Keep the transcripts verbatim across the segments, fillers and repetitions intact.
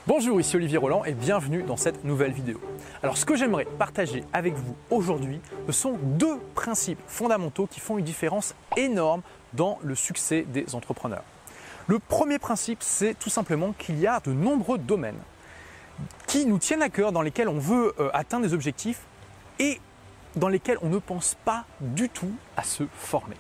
Bonjour, ici Olivier Roland et bienvenue dans cette nouvelle vidéo. Alors ce que j'aimerais partager avec vous aujourd'hui, ce sont deux principes fondamentaux qui font une différence énorme dans le succès des entrepreneurs. Le premier principe, c'est tout simplement qu'il y a de nombreux domaines qui nous tiennent à cœur, dans lesquels on veut euh, atteindre des objectifs et dans lesquels on ne pense pas du tout à se former.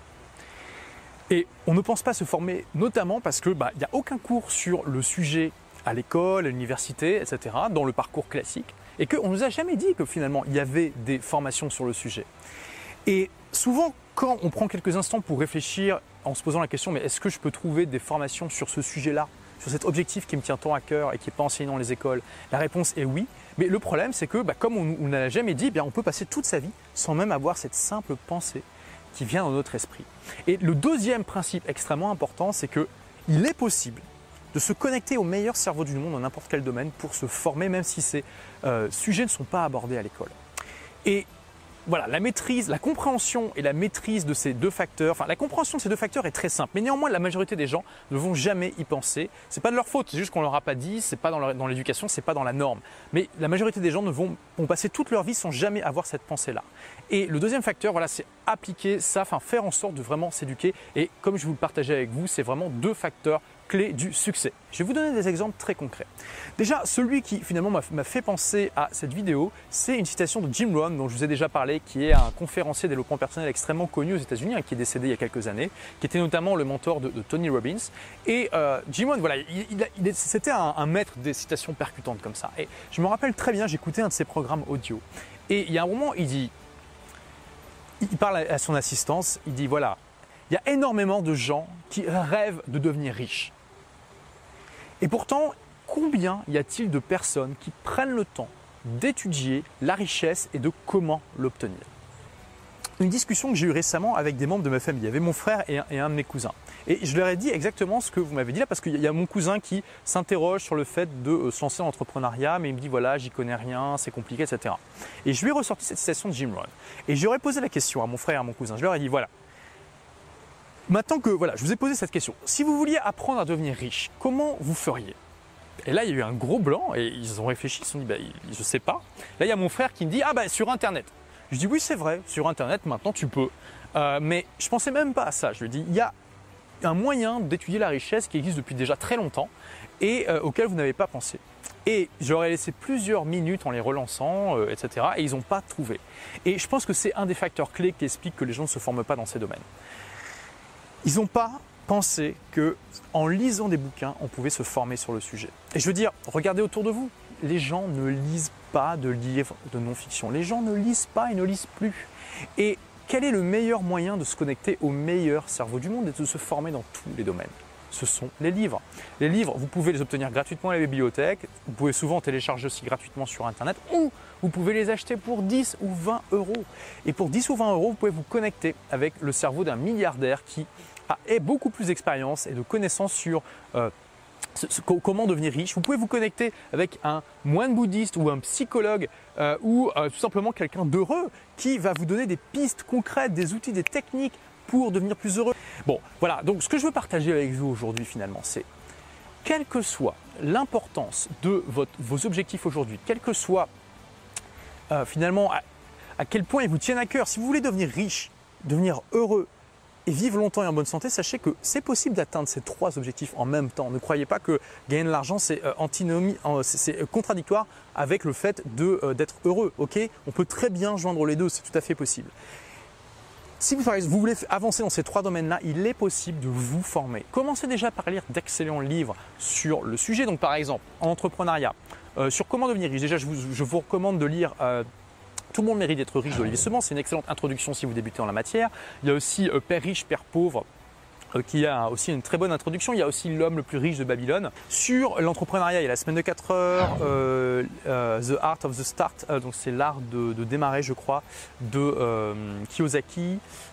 Et on ne pense pas à se former notamment parce qu'il bah, n'y a aucun cours sur le sujet à l'école, à l'université, et cetera, dans le parcours classique, et qu'on ne nous a jamais dit que finalement il y avait des formations sur le sujet. Et souvent, quand on prend quelques instants pour réfléchir en se posant la question, mais est-ce que je peux trouver des formations sur ce sujet-là, sur cet objectif qui me tient tant à cœur et qui n'est pas enseigné dans les écoles? La réponse est oui, mais le problème c'est que bah, comme on ne l'a jamais dit, eh bien, on peut passer toute sa vie sans même avoir cette simple pensée qui vient dans notre esprit. Et le deuxième principe extrêmement important, c'est qu'il est possible de se connecter au meilleur cerveau du monde dans n'importe quel domaine pour se former, même si ces euh, sujets ne sont pas abordés à l'école. Et voilà, la maîtrise, la compréhension et la maîtrise de ces deux facteurs, enfin la compréhension de ces deux facteurs est très simple, mais néanmoins la majorité des gens ne vont jamais y penser. C'est pas de leur faute, c'est juste qu'on leur a pas dit, c'est pas dans, dans l'éducation, c'est pas dans la norme. Mais la majorité des gens ne vont, vont passer toute leur vie sans jamais avoir cette pensée-là. Et le deuxième facteur, voilà, c'est appliquer ça, enfin faire en sorte de vraiment s'éduquer. Et comme je vous le partageais avec vous, c'est vraiment deux facteurs clés du succès. Je vais vous donner des exemples très concrets. Déjà, celui qui finalement m'a fait penser à cette vidéo, c'est une citation de Jim Rohn, dont je vous ai déjà parlé, qui est un conférencier développement personnel extrêmement connu aux États-Unis, hein, qui est décédé il y a quelques années, qui était notamment le mentor de, de Tony Robbins. Et euh, Jim Rohn, voilà, il, il, il, c'était un, un maître des citations percutantes comme ça. Et je me rappelle très bien, j'écoutais un de ses programmes audio. Et il y a un moment, il dit, il parle à son assistance, il dit voilà, il y a énormément de gens qui rêvent de devenir riches. Et pourtant, combien y a-t-il de personnes qui prennent le temps d'étudier la richesse et de comment l'obtenir? Une discussion que j'ai eue récemment avec des membres de ma famille. Il y avait mon frère et un, et un de mes cousins. Et je leur ai dit exactement ce que vous m'avez dit là, parce qu'il y a mon cousin qui s'interroge sur le fait de se lancer en entrepreneuriat, mais il me dit voilà, j'y connais rien, c'est compliqué, et cetera. Et je lui ai ressorti cette citation de Jim Rohn. Et j'aurais posé la question à mon frère et à mon cousin. Je leur ai dit voilà, maintenant que voilà, je vous ai posé cette question, si vous vouliez apprendre à devenir riche, comment vous feriez? Et là, il y a eu un gros blanc et ils ont réfléchi, ils se sont dit bah, je ne sais pas. Là, il y a mon frère qui me dit ah bah sur Internet. Je dis oui, c'est vrai, sur Internet, maintenant tu peux. Euh, mais je ne pensais même pas à ça. Je lui dis il y a un moyen d'étudier la richesse qui existe depuis déjà très longtemps et euh, auquel vous n'avez pas pensé. Et j'aurais laissé plusieurs minutes en les relançant, euh, et cetera. Et ils n'ont pas trouvé. Et je pense que c'est un des facteurs clés qui explique que les gens ne se forment pas dans ces domaines. Ils n'ont pas pensé qu'en lisant des bouquins, on pouvait se former sur le sujet. Et je veux dire, regardez autour de vous. Les gens ne lisent pas de livres de non-fiction. Les gens ne lisent pas et ne lisent plus. Et quel est le meilleur moyen de se connecter au meilleur cerveau du monde et de se former dans tous les domaines? Ce sont les livres. Les livres, vous pouvez les obtenir gratuitement à la bibliothèque, vous pouvez souvent télécharger aussi gratuitement sur Internet ou vous pouvez les acheter pour dix ou vingt euros. Et pour dix ou vingt euros, vous pouvez vous connecter avec le cerveau d'un milliardaire qui a beaucoup plus d'expérience et de connaissances sur euh, ce, ce, comment devenir riche. Vous pouvez vous connecter avec un moine bouddhiste ou un psychologue euh, ou euh, tout simplement quelqu'un d'heureux qui va vous donner des pistes concrètes, des outils, des techniques pour devenir plus heureux. Bon, voilà, donc ce que je veux partager avec vous aujourd'hui finalement, c'est quelle que soit l'importance de votre, vos objectifs aujourd'hui, quel que soit euh, finalement à, à quel point ils vous tiennent à cœur, si vous voulez devenir riche, devenir heureux et vivre longtemps et en bonne santé, sachez que c'est possible d'atteindre ces trois objectifs en même temps. Ne croyez pas que gagner de l'argent, c'est euh, antinomie, euh, c'est contradictoire avec le fait de, euh, d'être heureux. Okay, on peut très bien joindre les deux, c'est tout à fait possible. Si vous, vous voulez avancer dans ces trois domaines-là, il est possible de vous former. Commencez déjà par lire d'excellents livres sur le sujet. Donc par exemple, en entrepreneuriat, euh, sur comment devenir riche. Déjà, je vous, je vous recommande de lire euh, Tout le monde mérite d'être riche d'Olivier Seban. C'est une excellente introduction si vous débutez en la matière. Il y a aussi euh, Père riche, Père pauvre, euh, qui a aussi une très bonne introduction. Il y a aussi L'homme le plus riche de Babylone. Sur l'entrepreneuriat, il y a La semaine de quatre heures, euh, euh, The Art of the Start, euh, donc c'est l'art de, de démarrer, je crois, de euh, Kiyosaki.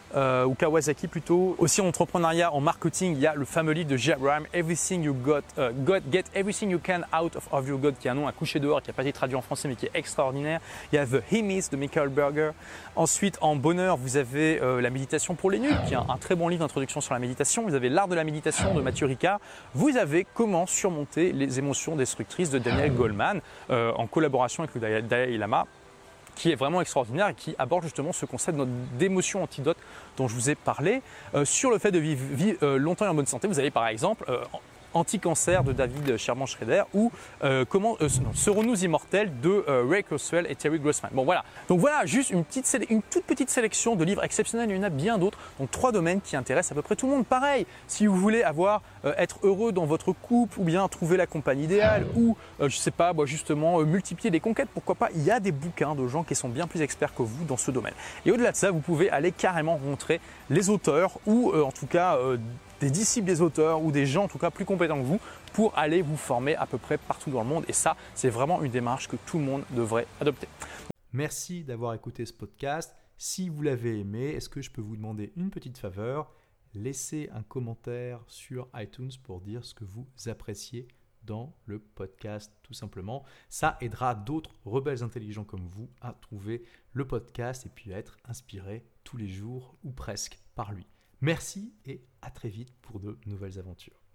euh, ou Kawasaki plutôt. Aussi en entrepreneuriat, en marketing, il y a le fameux livre de Jay Abraham, Everything You Got, uh, got, Get Everything You Can Out of, of Your God, qui a un nom à coucher dehors, qui n'a pas été traduit en français mais qui est extraordinaire. Il y a The Hemis de Michael Berger. Ensuite, en bonheur, vous avez euh, La méditation pour les nuls, qui est un, un très bon livre d'introduction sur la méditation. Vous avez L'art de la méditation de Mathieu Ricard. Vous avez Comment surmonter les émotions destructrices de Daniel Goleman, euh, en collaboration avec le Dalai Lama, qui est vraiment extraordinaire et qui aborde justement ce concept d'émotion antidote dont je vous ai parlé. Euh, sur le fait de vivre, vivre euh, longtemps et en bonne santé, vous avez par exemple euh, Anti-cancer de David Sherman-Schreider ou euh, comment euh, non, Serons-nous immortels de euh, Ray Kurzweil et Terry Grossman. Bon voilà, donc voilà juste une, petite, une toute petite sélection de livres exceptionnels, il y en a bien d'autres, donc trois domaines qui intéressent à peu près tout le monde. Pareil, si vous voulez avoir, euh, être heureux dans votre couple ou bien trouver la compagne idéale ou euh, je sais pas, moi justement euh, multiplier les conquêtes, pourquoi pas, il y a des bouquins de gens qui sont bien plus experts que vous dans ce domaine. Et au-delà de ça, vous pouvez aller carrément rencontrer les auteurs ou euh, en tout cas euh, des disciples des auteurs ou des gens en tout cas plus compétents que vous pour aller vous former à peu près partout dans le monde. Et ça, c'est vraiment une démarche que tout le monde devrait adopter. Merci d'avoir écouté ce podcast. Si vous l'avez aimé, est-ce que je peux vous demander une petite faveur? Laissez un commentaire sur iTunes pour dire ce que vous appréciez dans le podcast, tout simplement. Ça aidera d'autres rebelles intelligents comme vous à trouver le podcast et puis à être inspirés tous les jours ou presque par lui. Merci et à très vite pour de nouvelles aventures.